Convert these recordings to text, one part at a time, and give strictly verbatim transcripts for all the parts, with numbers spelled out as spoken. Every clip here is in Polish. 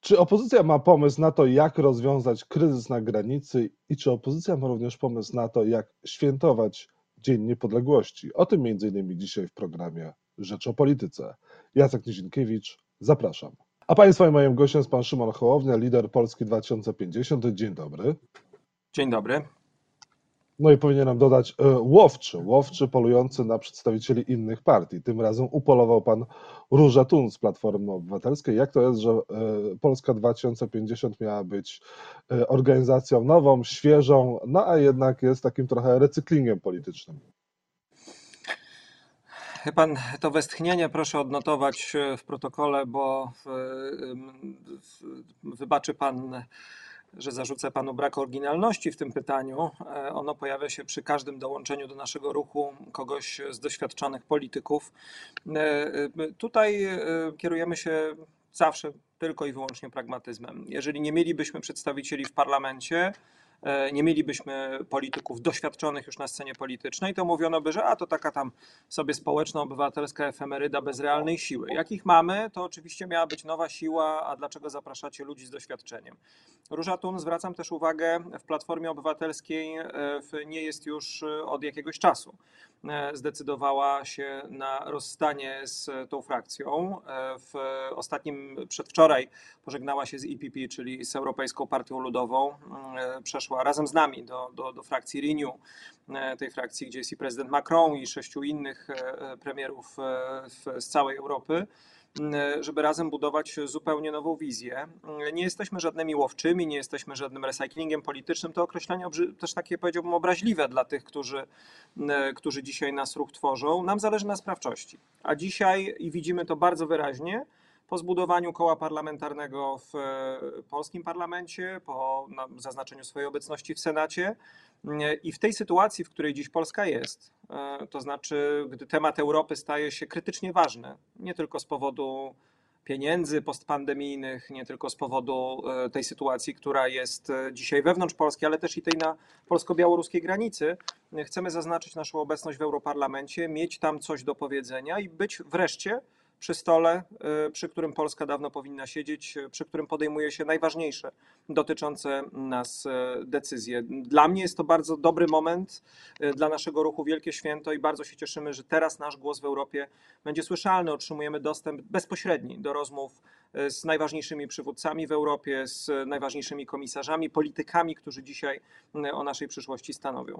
Czy opozycja ma pomysł na to, jak rozwiązać kryzys na granicy i czy opozycja ma również pomysł na to, jak świętować Dzień Niepodległości? O tym między innymi dzisiaj w programie Rzecz o Polityce. Jacek Nizinkiewicz, zapraszam. A Państwa i moim gościem jest Pan Szymon Hołownia, lider Polski dwa tysiące pięćdziesiąt. Dzień dobry. Dzień dobry. No i powinienem dodać e, łowczy, łowczy polujący na przedstawicieli innych partii. Tym razem upolował pan Róża Thun z Platformy Obywatelskiej. Jak to jest, że e, Polska dwa tysiące pięćdziesiąt miała być e, organizacją nową, świeżą, no a jednak jest takim trochę recyklingiem politycznym? Wie pan, to westchnienie proszę odnotować w protokole, bo w, w, wybaczy pan, że zarzucę panu brak oryginalności w tym pytaniu. Ono pojawia się przy każdym dołączeniu do naszego ruchu kogoś z doświadczonych polityków. Tutaj kierujemy się zawsze tylko i wyłącznie pragmatyzmem. Jeżeli nie mielibyśmy przedstawicieli w parlamencie, nie mielibyśmy polityków doświadczonych już na scenie politycznej, to mówiono by, że a to taka tam sobie społeczno-obywatelska efemeryda bez realnej siły. Jakich mamy, to oczywiście miała być nowa siła, a dlaczego zapraszacie ludzi z doświadczeniem? Róża Thun, zwracam też uwagę, w Platformie Obywatelskiej nie jest już od jakiegoś czasu. Zdecydowała się na rozstanie z tą frakcją. W ostatnim, przedwczoraj pożegnała się z E P P, czyli z Europejską Partią Ludową. Przeszła razem z nami do, do, do frakcji Renew, tej frakcji, gdzie jest i prezydent Macron i sześciu innych premierów z całej Europy, żeby razem budować zupełnie nową wizję. Nie jesteśmy żadnymi łowczymi, nie jesteśmy żadnym recyklingiem politycznym. To określenie też takie, powiedziałbym, obraźliwe dla tych, którzy, którzy dzisiaj nas ruch tworzą. Nam zależy na sprawczości. A dzisiaj, i widzimy to bardzo wyraźnie, po zbudowaniu koła parlamentarnego w polskim parlamencie, po zaznaczeniu swojej obecności w Senacie i w tej sytuacji, w której dziś Polska jest, to znaczy, gdy temat Europy staje się krytycznie ważny, nie tylko z powodu pieniędzy postpandemijnych, nie tylko z powodu tej sytuacji, która jest dzisiaj wewnątrz Polski, ale też i tej na polsko-białoruskiej granicy, chcemy zaznaczyć naszą obecność w Europarlamencie, mieć tam coś do powiedzenia i być wreszcie przy stole, przy którym Polska dawno powinna siedzieć, przy którym podejmuje się najważniejsze dotyczące nas decyzje. Dla mnie jest to bardzo dobry moment, dla naszego ruchu wielkie święto i bardzo się cieszymy, że teraz nasz głos w Europie będzie słyszalny. Otrzymujemy dostęp bezpośredni do rozmów z najważniejszymi przywódcami w Europie, z najważniejszymi komisarzami, politykami, którzy dzisiaj o naszej przyszłości stanowią.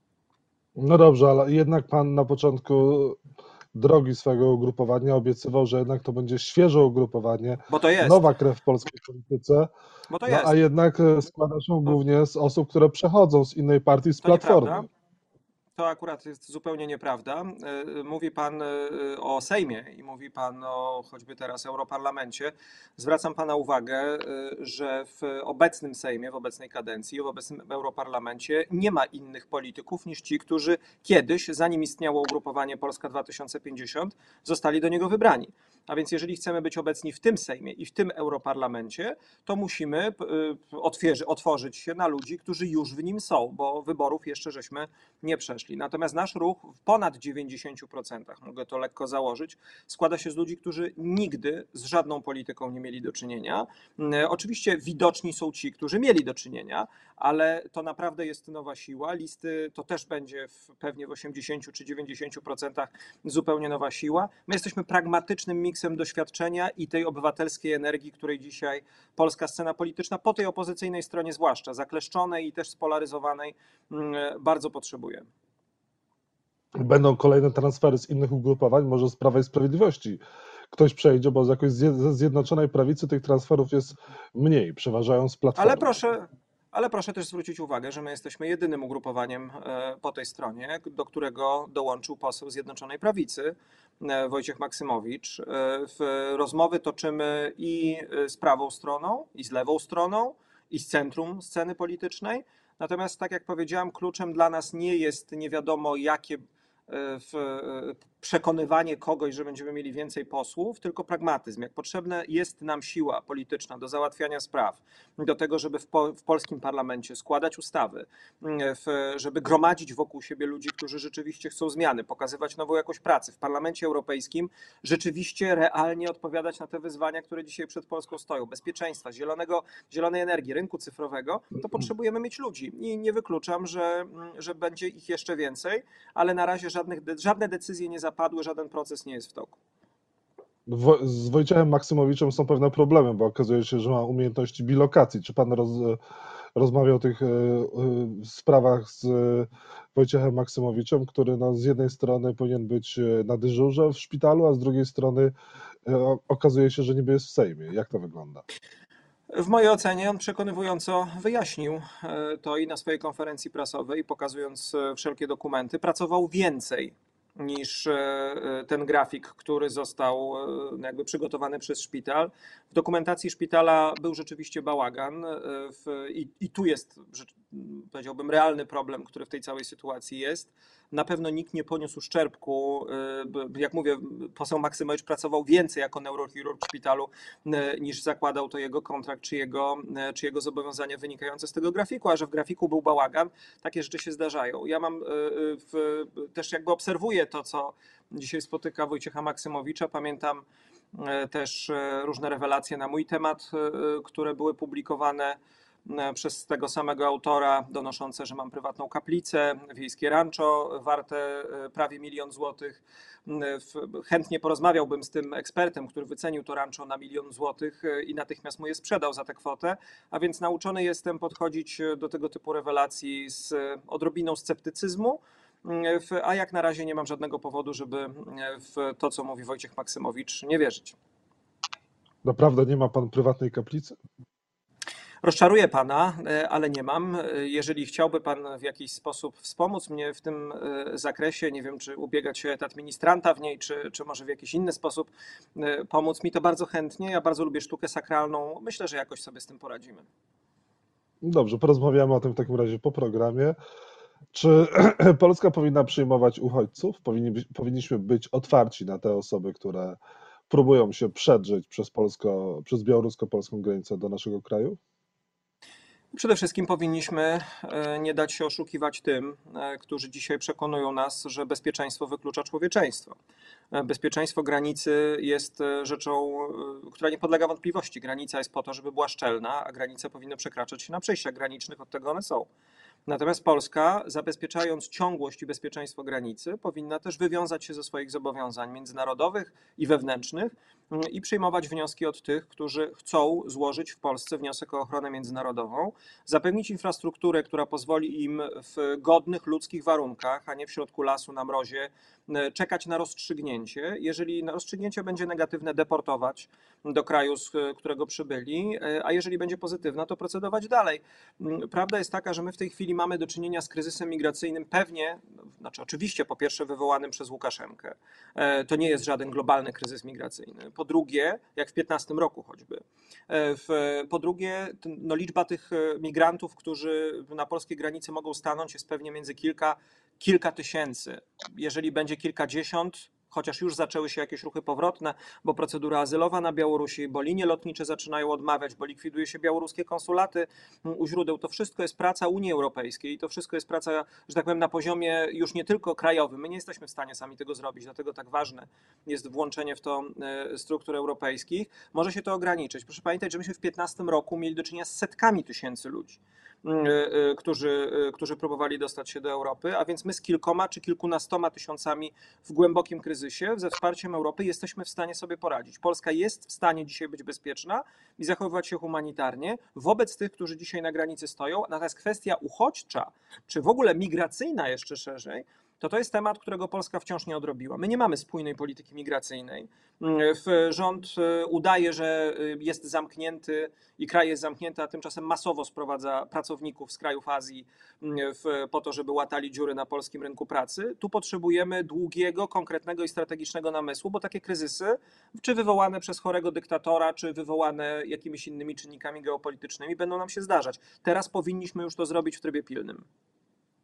No dobrze, ale jednak pan na początku drogi swojego ugrupowania obiecywał, że jednak to będzie świeże ugrupowanie, bo to jest. Nowa krew w polskiej polityce, bo to no, jest. a jednak składa się głównie z osób, które przechodzą z innej partii, z To Platformy. nieprawda. To akurat jest zupełnie nieprawda. Mówi pan o Sejmie i mówi pan o choćby teraz Europarlamencie. Zwracam pana uwagę, że w obecnym Sejmie, w obecnej kadencji, w obecnym Europarlamencie nie ma innych polityków niż ci, którzy kiedyś, zanim istniało ugrupowanie Polska dwa tysiące pięćdziesiąt, zostali do niego wybrani. A więc jeżeli chcemy być obecni w tym Sejmie i w tym Europarlamencie, to musimy otwierzy, otworzyć się na ludzi, którzy już w nim są, bo wyborów jeszcze żeśmy nie przeszli. Natomiast nasz ruch w ponad dziewięćdziesięciu procentach, mogę to lekko założyć, składa się z ludzi, którzy nigdy z żadną polityką nie mieli do czynienia. Oczywiście widoczni są ci, którzy mieli do czynienia, ale to naprawdę jest nowa siła. Listy to też będzie w, pewnie w osiemdziesięciu czy dziewięćdziesięciu procentach zupełnie nowa siła. My jesteśmy pragmatycznym miksem doświadczenia i tej obywatelskiej energii, której dzisiaj polska scena polityczna, po tej opozycyjnej stronie zwłaszcza, zakleszczonej i też spolaryzowanej, bardzo potrzebuje. Będą kolejne transfery z innych ugrupowań, może z Prawa i Sprawiedliwości ktoś przejdzie, bo z jakoś ze Zjednoczonej Prawicy tych transferów jest mniej, przeważają z Platformy. Ale proszę, ale proszę też zwrócić uwagę, że my jesteśmy jedynym ugrupowaniem po tej stronie, do którego dołączył poseł Zjednoczonej Prawicy, Wojciech Maksymowicz. Rozmowy toczymy i z prawą stroną, i z lewą stroną, i z centrum sceny politycznej. Natomiast, tak jak powiedziałam, kluczem dla nas nie jest nie wiadomo jakie przekonywanie kogoś, że będziemy mieli więcej posłów, tylko pragmatyzm. Jak potrzebna jest nam siła polityczna do załatwiania spraw, do tego, żeby w, po, w polskim parlamencie składać ustawy, w, żeby gromadzić wokół siebie ludzi, którzy rzeczywiście chcą zmiany, pokazywać nową jakość pracy w Parlamencie Europejskim, rzeczywiście realnie odpowiadać na te wyzwania, które dzisiaj przed Polską stoją, bezpieczeństwa, zielonego, zielonej energii, rynku cyfrowego, to potrzebujemy mieć ludzi. I nie wykluczam, że, że będzie ich jeszcze więcej, ale na razie żadnych, żadne decyzje nie zapadły, żaden proces nie jest w toku. Wo- Z Wojciechem Maksymowiczem są pewne problemy, bo okazuje się, że ma umiejętności bilokacji. Czy pan roz, rozmawiał o tych e, e, sprawach z Wojciechem Maksymowiczem, który no, z jednej strony powinien być na dyżurze w szpitalu, a z drugiej strony e, o- okazuje się, że niby jest w Sejmie. Jak to wygląda? W mojej ocenie on przekonywująco wyjaśnił e, to i na swojej konferencji prasowej, pokazując e, wszelkie dokumenty. Pracował więcej niż e, ten grafik, który został e, jakby przygotowany przez szpital. W dokumentacji szpitala był rzeczywiście bałagan e, w, i, i tu jest, rzecz- powiedziałbym, realny problem, który w tej całej sytuacji jest. Na pewno nikt nie poniósł uszczerbku. e, b- Jak mówię, poseł Maksymowicz pracował więcej jako neurochirurg w szpitalu e, niż zakładał to jego kontrakt czy jego, e, czy jego zobowiązania wynikające z tego grafiku, a że w grafiku był bałagan, takie rzeczy się zdarzają. Ja mam e, w, też jakby obserwuję to, co dzisiaj spotyka Wojciecha Maksymowicza. Pamiętam e, też e, różne rewelacje na mój temat, e, które były publikowane e, przez tego samego autora, donoszące, że mam prywatną kaplicę, wiejskie rancho warte e, prawie milion złotych. E, w- Chętnie porozmawiałbym z tym ekspertem, który wycenił to rancho na milion złotych e, i natychmiast mu je sprzedał za tę kwotę, a więc nauczony jestem podchodzić do tego typu rewelacji z odrobiną sceptycyzmu, w- a jak na razie nie mam żadnego powodu, żeby w to, co mówi Wojciech Maksymowicz, nie wierzyć. Naprawdę nie ma pan prywatnej kaplicy? Rozczaruję pana, e, ale nie mam. E, Jeżeli chciałby pan w jakiś sposób wspomóc mnie w tym e, zakresie, nie wiem, czy ubiegać się o etat ministranta w niej, czy, czy może w jakiś inny sposób e, pomóc mi, to bardzo chętnie. Ja bardzo lubię sztukę sakralną. Myślę, że jakoś sobie z tym poradzimy. Dobrze, porozmawiamy o tym w takim razie po programie. Czy Polska powinna przyjmować uchodźców? Powinni być, powinniśmy być otwarci na te osoby, które próbują się przedrzeć przez polsko, przez białorusko-polską granicę do naszego kraju? Przede wszystkim powinniśmy e, nie dać się oszukiwać tym, e, którzy dzisiaj przekonują nas, że bezpieczeństwo wyklucza człowieczeństwo. E, Bezpieczeństwo granicy jest e, rzeczą, e, która nie podlega wątpliwości. Granica jest po to, żeby była szczelna, a granice powinny przekraczać się na przejściach granicznych, od tego one są. Natomiast Polska, zabezpieczając ciągłość i bezpieczeństwo granicy, powinna też wywiązać się ze swoich zobowiązań międzynarodowych i wewnętrznych mm, i przyjmować wnioski od tych, którzy chcą złożyć w Polsce wniosek o ochronę międzynarodową, zapewnić infrastrukturę, która pozwoli im w godnych ludzkich warunkach, a nie w środku lasu na mrozie, e, czekać na rozstrzygnięcie. Jeżeli na rozstrzygnięcie będzie negatywne, deportować do kraju, z którego przybyli, e, a jeżeli będzie pozytywna, to procedować dalej. Mm, Prawda jest taka, że my w tej chwili mamy do czynienia z kryzysem migracyjnym pewnie, znaczy oczywiście po pierwsze wywołanym przez Łukaszenkę. E, To nie jest żaden globalny kryzys migracyjny. Po drugie, jak w piętnastym roku choćby. E, W, po drugie, t- no, liczba tych e, migrantów, którzy na polskiej granicy mogą stanąć, jest pewnie między kilka, kilka tysięcy. Jeżeli będzie kilkadziesiąt, chociaż już zaczęły się jakieś ruchy powrotne, bo procedura azylowa na Białorusi, bo linie lotnicze zaczynają odmawiać, bo likwiduje się białoruskie konsulaty u źródeł. To wszystko jest praca Unii Europejskiej i to wszystko jest praca, że tak powiem, na poziomie już nie tylko krajowym. My nie jesteśmy w stanie sami tego zrobić, dlatego tak ważne jest włączenie w to e, struktur europejskich. Może się to ograniczyć. Proszę pamiętać, że myśmy w piętnastym roku mieli do czynienia z setkami tysięcy ludzi, mm, e, e, którzy, e, którzy próbowali dostać się do Europy, a więc my z kilkoma czy kilkunastoma tysiącami w głębokim kryzysie ze wsparciem Europy jesteśmy w stanie sobie poradzić. Polska jest w stanie dzisiaj być bezpieczna i zachowywać się humanitarnie wobec tych, którzy dzisiaj na granicy stoją. Natomiast kwestia uchodźcza, czy w ogóle migracyjna jeszcze szerzej, to to jest temat, którego Polska wciąż nie odrobiła. My nie mamy spójnej polityki migracyjnej. W- Rząd e, udaje, że e, jest zamknięty i kraj jest zamknięty, a tymczasem masowo sprowadza pracowników z krajów Azji m, w, po to, żeby łatali dziury na polskim rynku pracy. Tu potrzebujemy długiego, konkretnego i strategicznego namysłu, bo takie kryzysy, czy wywołane przez chorego dyktatora, czy wywołane jakimiś innymi czynnikami geopolitycznymi, będą nam się zdarzać. Teraz powinniśmy już to zrobić w trybie pilnym.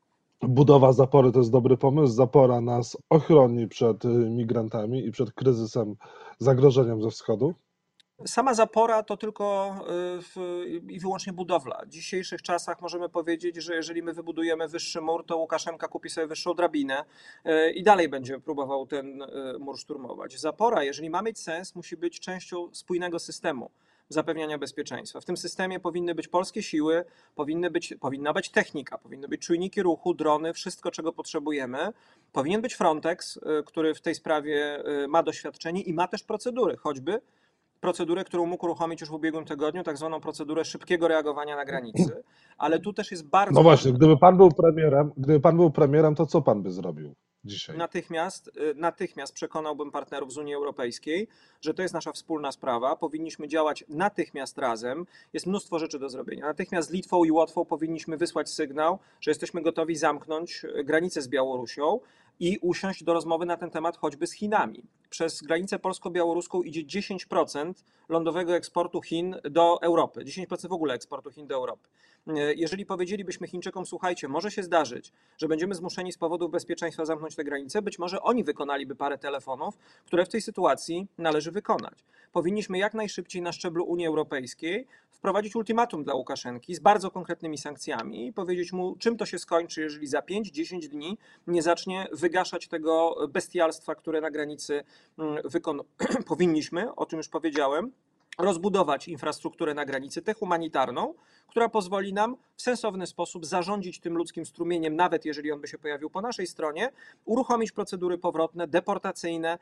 budowa zapory to jest dobry pomysł. Zapora nas ochroni przed y, migrantami i przed kryzysem, zagrożeniem ze wschodu. Sama zapora to tylko y, w, i wyłącznie budowla. W dzisiejszych czasach możemy powiedzieć, że jeżeli my wybudujemy wyższy mur, to Łukaszenka kupi sobie wyższą drabinę y, i dalej będzie próbował ten y, mur szturmować. Zapora, jeżeli ma mieć sens, musi być częścią spójnego systemu zapewniania bezpieczeństwa. W tym systemie powinny być polskie siły, powinny być, powinna być technika, powinny być czujniki ruchu, drony, wszystko, czego potrzebujemy. Powinien być Frontex, y, który w tej sprawie y, ma doświadczenie i ma też procedury, choćby procedurę, którą mógł uruchomić już w ubiegłym tygodniu, tak zwaną procedurę szybkiego reagowania na granicy, ale tu też jest bardzo No właśnie, ważne. gdyby pan był premierem, gdyby pan był premierem, to co pan by zrobił dzisiaj? Natychmiast, y, natychmiast przekonałbym partnerów z Unii Europejskiej, że to jest nasza wspólna sprawa, powinniśmy działać natychmiast razem, jest mnóstwo rzeczy do zrobienia. Natychmiast z Litwą i Łotwą powinniśmy wysłać sygnał, że jesteśmy gotowi zamknąć granicę z Białorusią i usiąść do rozmowy na ten temat choćby z Chinami. Przez granicę polsko-białoruską idzie dziesięć procent lądowego eksportu Chin do Europy, dziesięć procent w ogóle eksportu Chin do Europy. Jeżeli powiedzielibyśmy Chińczykom, słuchajcie, może się zdarzyć, że będziemy zmuszeni z powodów bezpieczeństwa zamknąć te granice, być może oni wykonaliby parę telefonów, które w tej sytuacji należy wykonać. Powinniśmy jak najszybciej na szczeblu Unii Europejskiej wprowadzić ultimatum dla Łukaszenki z bardzo konkretnymi sankcjami i powiedzieć mu, czym to się skończy, jeżeli za pięć dziesięć dni nie zacznie wygaszać tego bestialstwa, które na granicy wykonuje. Powinniśmy, o czym już powiedziałem, rozbudować infrastrukturę na granicy, tę humanitarną, która pozwoli nam w sensowny sposób zarządzić tym ludzkim strumieniem, nawet jeżeli on by się pojawił po naszej stronie, uruchomić procedury powrotne, deportacyjne.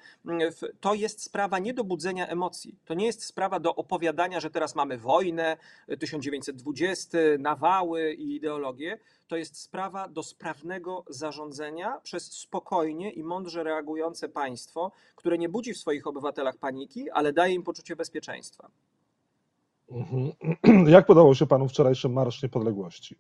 To jest sprawa nie do budzenia emocji. To nie jest sprawa do opowiadania, że teraz mamy wojnę, tysiąc dziewięćset dwudziesty, nawały i ideologię. To jest sprawa do sprawnego zarządzania przez spokojnie i mądrze reagujące państwo, które nie budzi w swoich obywatelach paniki, ale daje im poczucie bezpieczeństwa. Mhm. Jak podobał się panu wczorajszy Marsz Niepodległości?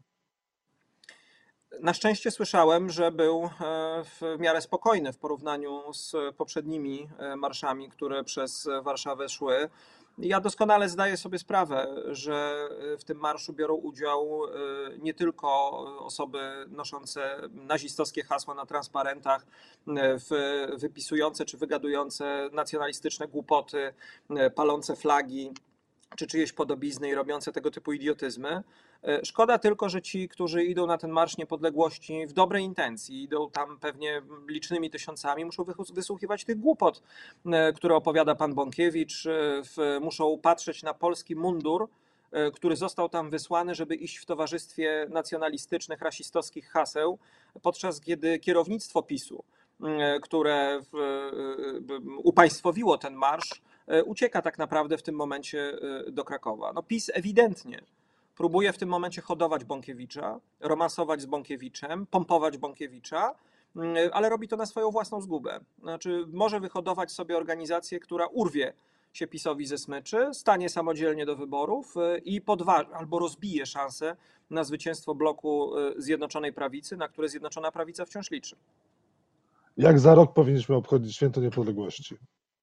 Na szczęście słyszałem, że był w miarę spokojny w porównaniu z poprzednimi marszami, które przez Warszawę szły. Ja doskonale zdaję sobie sprawę, że w tym marszu biorą udział nie tylko osoby noszące nazistowskie hasła na transparentach, wypisujące czy wygadujące nacjonalistyczne głupoty, palące flagi, czy czyjeś podobizny i robiące tego typu idiotyzmy. Szkoda tylko, że ci, którzy idą na ten Marsz Niepodległości w dobrej intencji, idą tam pewnie licznymi tysiącami, muszą wysłuchiwać tych głupot, które opowiada pan Bąkiewicz, muszą patrzeć na polski mundur, który został tam wysłany, żeby iść w towarzystwie nacjonalistycznych, rasistowskich haseł, podczas kiedy kierownictwo PiSu, które upaństwowiło ten marsz, ucieka tak naprawdę w tym momencie do Krakowa. No PiS ewidentnie próbuje w tym momencie hodować Bąkiewicza, romansować z Bąkiewiczem, pompować Bąkiewicza, ale robi to na swoją własną zgubę. Znaczy może wyhodować sobie organizację, która urwie się PiS-owi ze smyczy, stanie samodzielnie do wyborów i podważy albo rozbije szansę na zwycięstwo bloku Zjednoczonej Prawicy, na które Zjednoczona Prawica wciąż liczy. Jak za rok powinniśmy obchodzić Święto Niepodległości?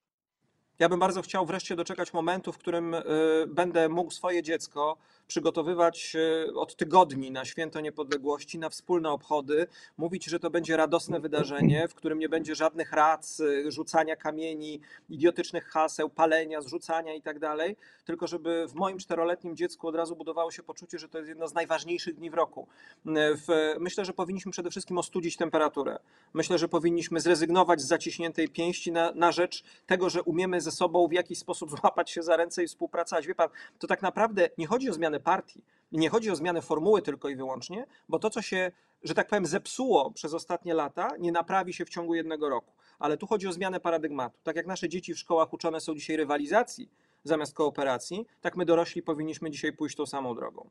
Ja bym bardzo chciał wreszcie doczekać momentu, w którym będę mógł swoje dziecko przygotowywać od tygodni na Święto Niepodległości, na wspólne obchody, mówić, że to będzie radosne wydarzenie, w którym nie będzie żadnych rac, rzucania kamieni, idiotycznych haseł, palenia, zrzucania i tak dalej, tylko żeby w moim czteroletnim dziecku od razu budowało się poczucie, że to jest jedno z najważniejszych dni w roku. Myślę, że powinniśmy przede wszystkim ostudzić temperaturę. Myślę, że powinniśmy zrezygnować z zaciśniętej pięści na, na rzecz tego, że umiemy ze sobą w jakiś sposób złapać się za ręce i współpracować. Wie pan, to tak naprawdę nie chodzi o zmianę partii, nie chodzi o zmianę formuły tylko i wyłącznie, bo to, co się, że tak powiem, zepsuło przez ostatnie lata, nie naprawi się w ciągu jednego roku. Ale tu chodzi o zmianę paradygmatu. Tak jak nasze dzieci w szkołach uczone są dzisiaj rywalizacji zamiast kooperacji, tak my dorośli powinniśmy dzisiaj pójść tą samą drogą.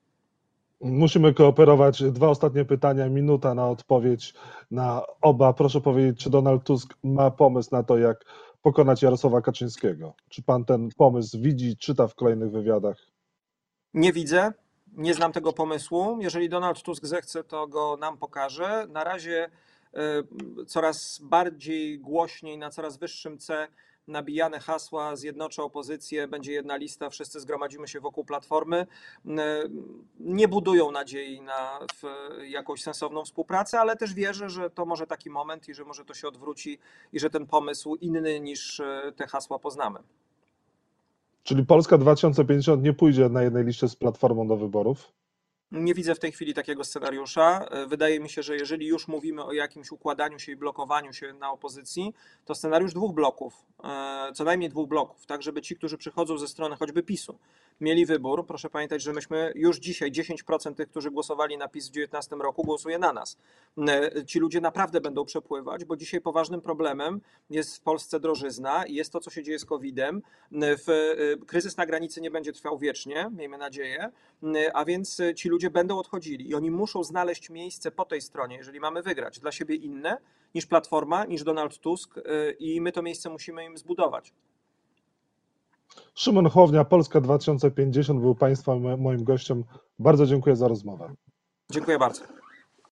Musimy kooperować. Dwa ostatnie pytania, minuta na odpowiedź na oba. Proszę powiedzieć, czy Donald Tusk ma pomysł na to, jak pokonać Jarosława Kaczyńskiego? Czy pan ten pomysł widzi, czyta w kolejnych wywiadach? Nie widzę, nie znam tego pomysłu. Jeżeli Donald Tusk zechce, to go nam pokaże. Na razie coraz bardziej głośniej, na coraz wyższym C nabijane hasła, zjednoczę opozycję, będzie jedna lista, wszyscy zgromadzimy się wokół Platformy, nie budują nadziei na jakąś sensowną współpracę, ale też wierzę, że to może taki moment i że może to się odwróci i że ten pomysł inny niż te hasła poznamy. Czyli Polska dwa tysiące pięćdziesiąt nie pójdzie na jednej liście z Platformą do wyborów? Nie widzę w tej chwili takiego scenariusza. Wydaje mi się, że jeżeli już mówimy o jakimś układaniu się i blokowaniu się na opozycji, to scenariusz dwóch bloków, co najmniej dwóch bloków, tak żeby ci, którzy przychodzą ze strony choćby PiSu, mieli wybór. Proszę pamiętać, że myśmy już dzisiaj dziesięć procent tych, którzy głosowali na PiS w dwa tysiące dziewiętnastym roku, głosuje na nas. Ci ludzie naprawdę będą przepływać, bo dzisiaj poważnym problemem jest w Polsce drożyzna i jest to, co się dzieje z kowidem. Kryzys na granicy nie będzie trwał wiecznie, miejmy nadzieję, a więc ci ludzie będą odchodzili i oni muszą znaleźć miejsce po tej stronie, jeżeli mamy wygrać, dla siebie inne niż Platforma, niż Donald Tusk i my to miejsce musimy im zbudować. Szymon Hołownia, Polska dwa tysiące pięćdziesiąt był Państwa moim gościem. Bardzo dziękuję za rozmowę. Dziękuję bardzo.